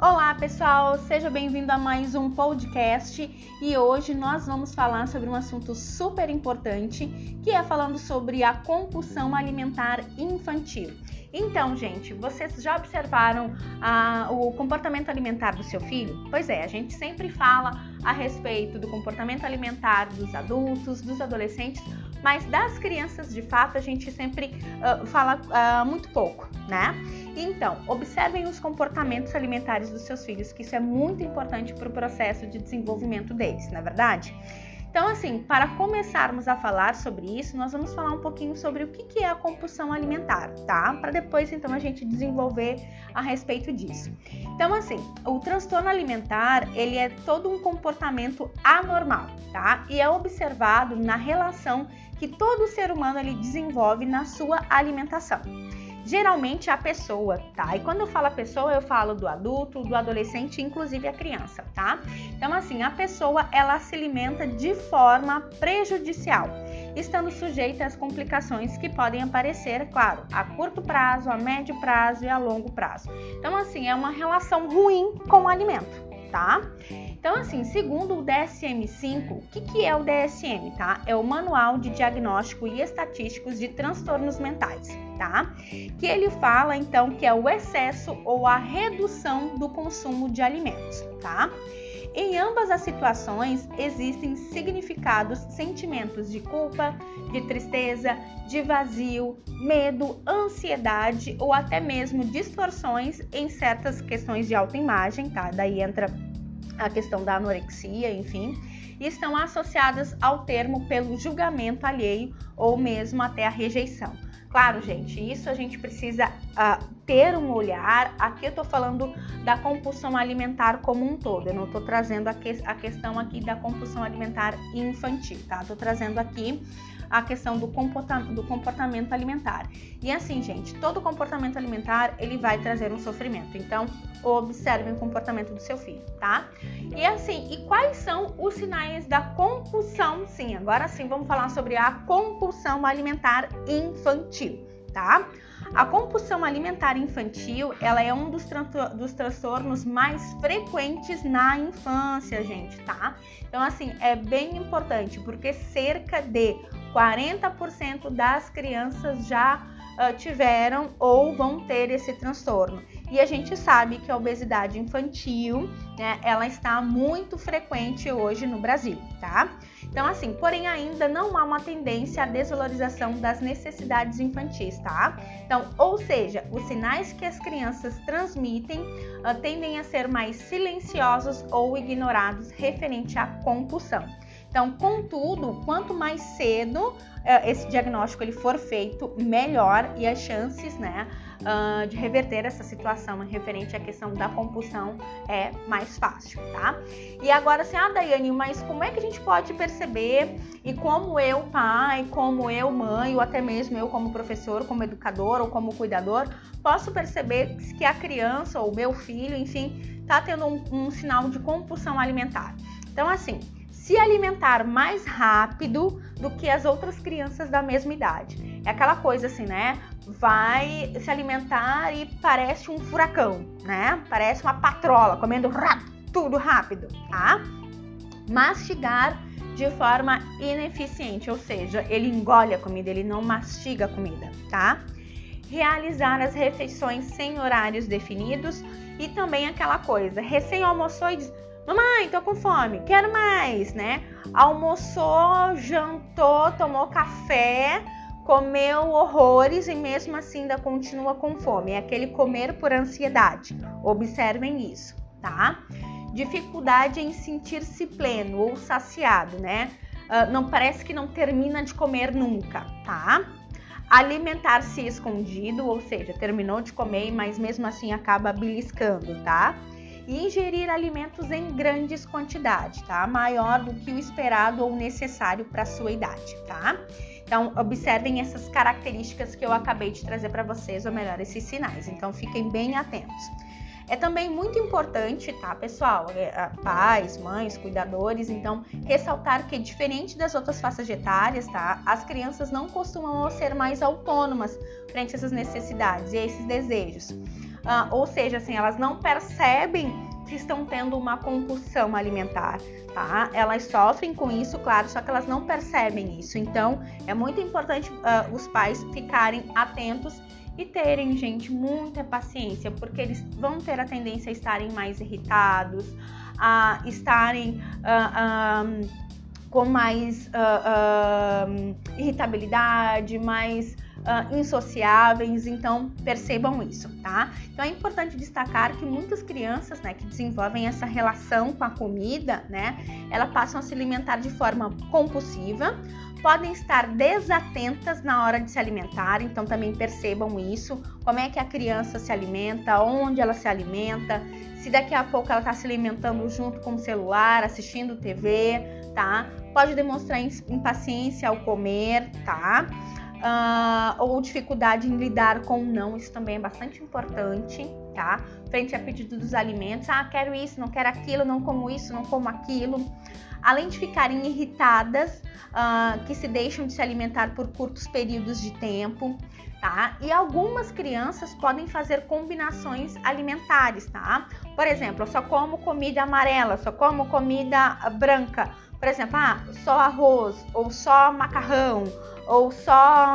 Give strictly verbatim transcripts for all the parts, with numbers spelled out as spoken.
Olá pessoal, seja bem-vindo a mais um podcast e hoje nós vamos falar sobre um assunto super importante, que é falando sobre a compulsão alimentar infantil. Então, gente, vocês já observaram ah, o comportamento alimentar do seu filho? Pois é, a gente sempre fala a respeito do comportamento alimentar dos adultos, dos adolescentes, mas das crianças, de fato, a gente sempre uh, fala uh, muito pouco, né? Então, observem os comportamentos alimentares dos seus filhos, que isso é muito importante para o processo de desenvolvimento deles, não é verdade? Então, assim, para começarmos a falar sobre isso, nós vamos falar um pouquinho sobre o que é a compulsão alimentar, tá? Para depois, então, a gente desenvolver a respeito disso. Então, assim, o transtorno alimentar, ele é todo um comportamento anormal, tá? E é observado na relação que todo ser humano ele desenvolve na sua alimentação. Geralmente a pessoa, tá? E quando eu falo a pessoa, eu falo do adulto, do adolescente, inclusive a criança, tá? Então, assim, a pessoa, ela se alimenta de forma prejudicial, estando sujeita às complicações que podem aparecer, claro, a curto prazo, a médio prazo e a longo prazo. Então, assim, é uma relação ruim com o alimento, tá? Então, assim, segundo o D S M cinco, o que, que é o D S M, tá? É o Manual de Diagnóstico e Estatísticos de Transtornos Mentais, tá? Que ele fala, então, que é o excesso ou a redução do consumo de alimentos, tá? Em ambas as situações, existem significados, sentimentos de culpa, de tristeza, de vazio, medo, ansiedade ou até mesmo distorções em certas questões de autoimagem, tá? Daí entra a questão da anorexia, enfim, e estão associadas ao termo pelo julgamento alheio ou mesmo até a rejeição. Claro, gente, isso a gente precisa uh, ter um olhar. Aqui eu tô falando da compulsão alimentar como um todo, eu não tô trazendo a, que, a questão aqui da compulsão alimentar infantil, tá? Tô trazendo aqui a questão do comportamento, do comportamento alimentar. E assim, gente, todo comportamento alimentar, ele vai trazer um sofrimento. Então, observe o comportamento do seu filho, tá? E assim, e quais são os sinais da compulsão? Sim, agora sim, vamos falar sobre a compulsão alimentar infantil, tá? A compulsão alimentar infantil, ela é um dos, dos transtornos mais frequentes na infância, gente, tá? Então, assim, é bem importante, porque cerca de quarenta por cento das crianças já uh, tiveram ou vão ter esse transtorno. E a gente sabe que a obesidade infantil, né, ela está muito frequente hoje no Brasil, tá? Então, assim, porém ainda não há uma tendência à desvalorização das necessidades infantis, tá? Então, ou seja, os sinais que as crianças transmitem uh, tendem a ser mais silenciosos ou ignorados referente à compulsão. Então, contudo, quanto mais cedo uh, esse diagnóstico ele for feito, melhor, e as chances, né, uh, de reverter essa situação referente à questão da compulsão é mais fácil, tá? E agora, assim, ah, Daiane, mas como é que a gente pode perceber, e como eu, pai, como eu, mãe, ou até mesmo eu como professor, como educador ou como cuidador, posso perceber que a criança ou meu filho, enfim, tá tendo um, um sinal de compulsão alimentar? Então, assim, se alimentar mais rápido do que as outras crianças da mesma idade. É aquela coisa assim, né? Vai se alimentar e parece um furacão, né? Parece uma patrola, comendo rápido, tudo rápido, tá? Mastigar de forma ineficiente, ou seja, ele engole a comida, ele não mastiga a comida, tá? Realizar as refeições sem horários definidos e também aquela coisa, recém almoçou e diz: mamãe, tô com fome, quero mais, né? Almoçou, jantou, tomou café, comeu horrores e mesmo assim ainda continua com fome. É aquele comer por ansiedade. Observem isso, tá? Dificuldade em sentir-se pleno ou saciado, né? Uh, não parece que não termina de comer nunca, tá? Alimentar-se escondido, ou seja, terminou de comer, mas mesmo assim acaba beliscando, tá? E ingerir alimentos em grandes quantidades, tá? Maior do que o esperado ou necessário para a sua idade, tá? Então, observem essas características que eu acabei de trazer para vocês, ou melhor, esses sinais. Então, fiquem bem atentos. É também muito importante, tá, pessoal? É, pais, mães, cuidadores, então, ressaltar que, diferente das outras faixas etárias, tá? As crianças não costumam ser mais autônomas frente a essas necessidades e a esses desejos. uh, ou seja, assim, elas não percebem que estão tendo uma compulsão alimentar, tá? Elas sofrem com isso, claro, só que elas não percebem isso. Então, é muito importante uh, os pais ficarem atentos e terem, gente, muita paciência, porque eles vão ter a tendência a estarem mais irritados, a estarem uh, um, com mais uh, uh, irritabilidade, mais uh, insociáveis. Então percebam isso, tá? Então é importante destacar que muitas crianças, né, que desenvolvem essa relação com a comida, né, elas passam a se alimentar de forma compulsiva, podem estar desatentas na hora de se alimentar, então também percebam isso, como é que a criança se alimenta, onde ela se alimenta, se daqui a pouco ela está se alimentando junto com o celular, assistindo T V, tá? Pode demonstrar impaciência ao comer, tá? Uh, ou dificuldade em lidar com o não, isso também é bastante importante, tá? Frente a pedido dos alimentos, ah, quero isso, não quero aquilo, não como isso, não como aquilo. Além de ficarem irritadas, uh, que se deixam de se alimentar por curtos períodos de tempo, tá? E algumas crianças podem fazer combinações alimentares, tá? Por exemplo, eu só como comida amarela, só como comida branca. Por exemplo, ah, só arroz, ou só macarrão, ou só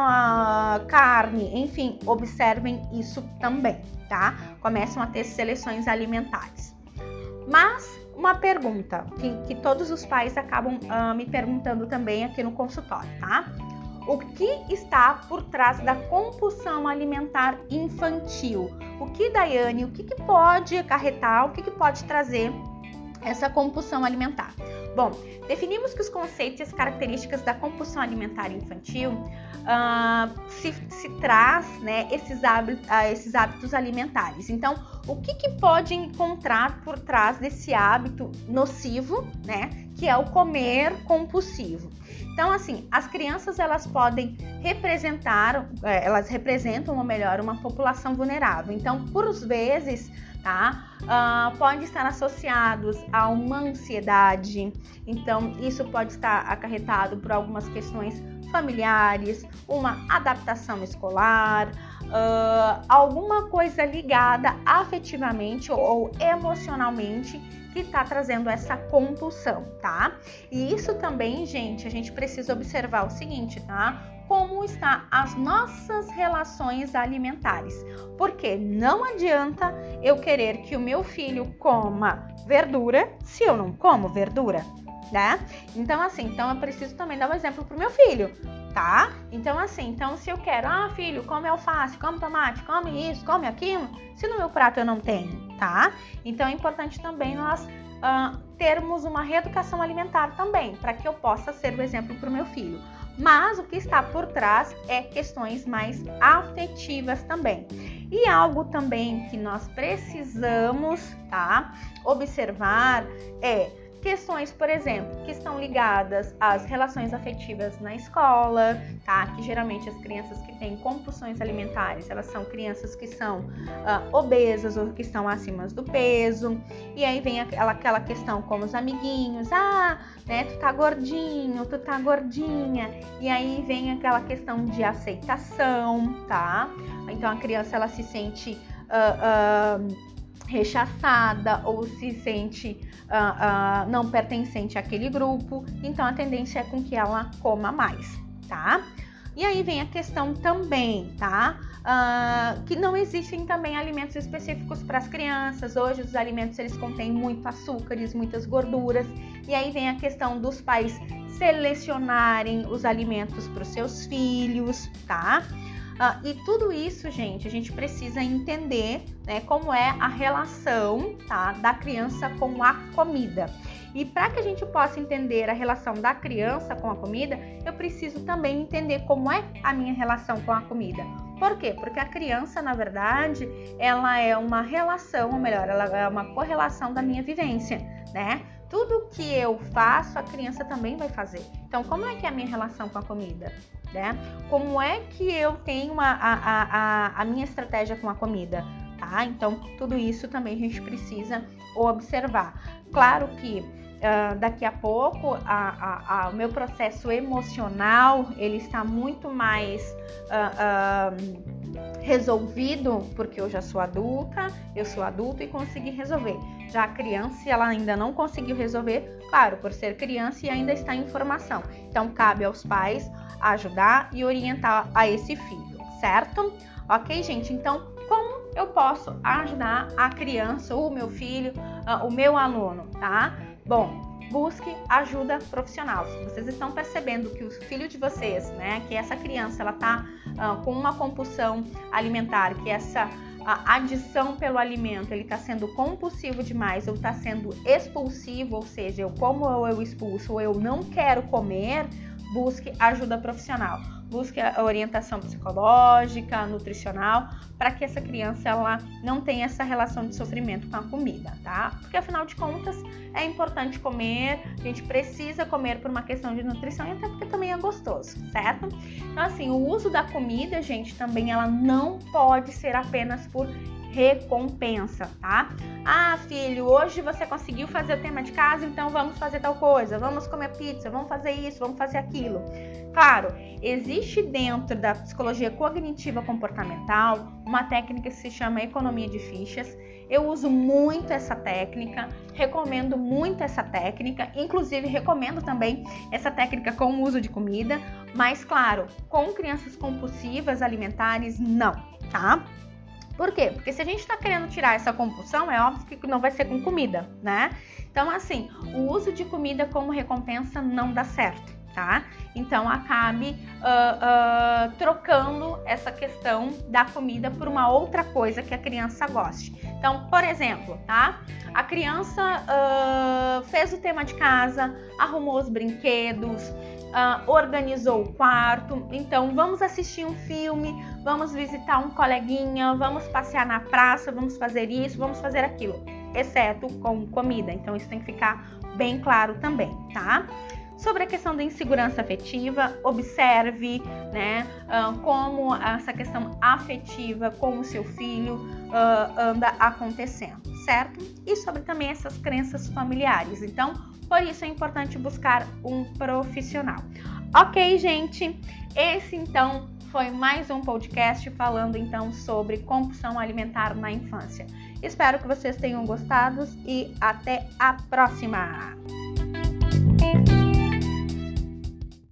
uh, carne, enfim, observem isso também, tá? Começam a ter seleções alimentares. Mas uma pergunta que, que todos os pais acabam uh, me perguntando também aqui no consultório, tá? O que está por trás da compulsão alimentar infantil? O que, Daiane, o que, que pode acarretar, o que, que pode trazer essa compulsão alimentar? Bom, definimos que os conceitos e as características da compulsão alimentar infantil uh, se, se traz, né, esses, hábitos, uh, esses hábitos alimentares. Então, o que, que pode encontrar por trás desse hábito nocivo, né, que é o comer compulsivo? Então, assim, as crianças, elas podem representar, elas representam, ou melhor, uma população vulnerável. Então, por vezes, tá, uh, pode estar associados a uma ansiedade. Então, isso pode estar acarretado por algumas questões familiares, uma adaptação escolar, uh, alguma coisa ligada afetivamente ou, ou emocionalmente, que está trazendo essa compulsão, tá? E isso também, gente, a gente precisa observar o seguinte, tá? Como estão as nossas relações alimentares. Porque não adianta eu querer que o meu filho coma verdura se eu não como verdura, né? Então, assim, então eu preciso também dar um exemplo pro meu filho, tá? Então, assim, então se eu quero, ah, filho, come alface, come tomate, come isso, come aquilo, se no meu prato eu não tenho, tá? Então é importante também nós uh, termos uma reeducação alimentar também, para que eu possa ser o exemplo para o meu filho. Mas o que está por trás é questões mais afetivas também. E algo também que nós precisamos, tá, observar é questões, por exemplo, que estão ligadas às relações afetivas na escola, tá? Que geralmente as crianças que têm compulsões alimentares, elas são crianças que são uh, obesas ou que estão acima do peso. E aí vem aquela, aquela questão com os amiguinhos, ah, né, tu tá gordinho, tu tá gordinha. E aí vem aquela questão de aceitação, tá? Então a criança, ela se sente uh, uh, rechaçada ou se sente uh, uh, não pertencente àquele grupo, então a tendência é com que ela coma mais, tá? E aí vem a questão também, tá? Uh, que não existem também alimentos específicos para as crianças. Hoje os alimentos, eles contêm muito açúcares, muitas gorduras, e aí vem a questão dos pais selecionarem os alimentos para os seus filhos, tá? Uh, e tudo isso, gente, a gente precisa entender, né, como é a relação, tá, da criança com a comida. E para que a gente possa entender a relação da criança com a comida, eu preciso também entender como é a minha relação com a comida. Por quê? Porque a criança, na verdade, ela é uma relação, ou melhor, ela é uma correlação da minha vivência, né? Tudo que eu faço, a criança também vai fazer. Então, como é que é a minha relação com a comida, né? Como é que eu tenho a, a, a, a minha estratégia com a comida, tá? Então, tudo isso também a gente precisa observar. Claro que uh, daqui a pouco a, a, a, o meu processo emocional, ele está muito mais uh, uh, resolvido, porque eu já sou adulta, eu sou adulto e consegui resolver. Já a criança, se ela ainda não conseguiu resolver, claro, por ser criança e ainda está em formação. Então, cabe aos pais ajudar e orientar a esse filho, certo? Ok, gente? Então, como eu posso ajudar a criança, o meu filho, uh, o meu aluno, tá? Bom, busque ajuda profissional. Se vocês estão percebendo que o filho de vocês, né, que essa criança, ela tá uh, com uma compulsão alimentar, que essa a adição pelo alimento, ele está sendo compulsivo demais ou está sendo expulsivo, ou seja, eu como ou eu expulso ou eu não quero comer, busque ajuda profissional. Busque a orientação psicológica, nutricional, para que essa criança ela não tenha essa relação de sofrimento com a comida, tá? Porque afinal de contas é importante comer, a gente precisa comer por uma questão de nutrição e até porque também é gostoso, certo? Então assim, o uso da comida, gente, também ela não pode ser apenas por recompensa, tá? Ah, filho, hoje você conseguiu fazer o tema de casa, então vamos fazer tal coisa, vamos comer pizza, vamos fazer isso, vamos fazer aquilo. Claro, existe dentro da psicologia cognitiva comportamental uma técnica que se chama economia de fichas. Eu uso muito essa técnica, recomendo muito essa técnica, inclusive recomendo também essa técnica com o uso de comida, mas claro, com crianças compulsivas alimentares, não, tá? Por quê? Porque se a gente está querendo tirar essa compulsão, é óbvio que não vai ser com comida, né? Então, assim, o uso de comida como recompensa não dá certo, tá? Então, acabe uh, uh, trocando essa questão da comida por uma outra coisa que a criança goste. Então, por exemplo, tá? A criança uh, fez o tema de casa, arrumou os brinquedos, uh, organizou o quarto. Então, vamos assistir um filme, vamos visitar um coleguinha, vamos passear na praça, vamos fazer isso, vamos fazer aquilo, exceto com comida. Então, isso tem que ficar bem claro também, tá? Sobre a questão da insegurança afetiva, observe, né, uh, como essa questão afetiva com o seu filho uh, anda acontecendo, certo? E sobre também essas crenças familiares. Então, por isso é importante buscar um profissional. Ok, gente? Esse, então, foi mais um podcast falando, então, sobre compulsão alimentar na infância. Espero que vocês tenham gostado e até a próxima!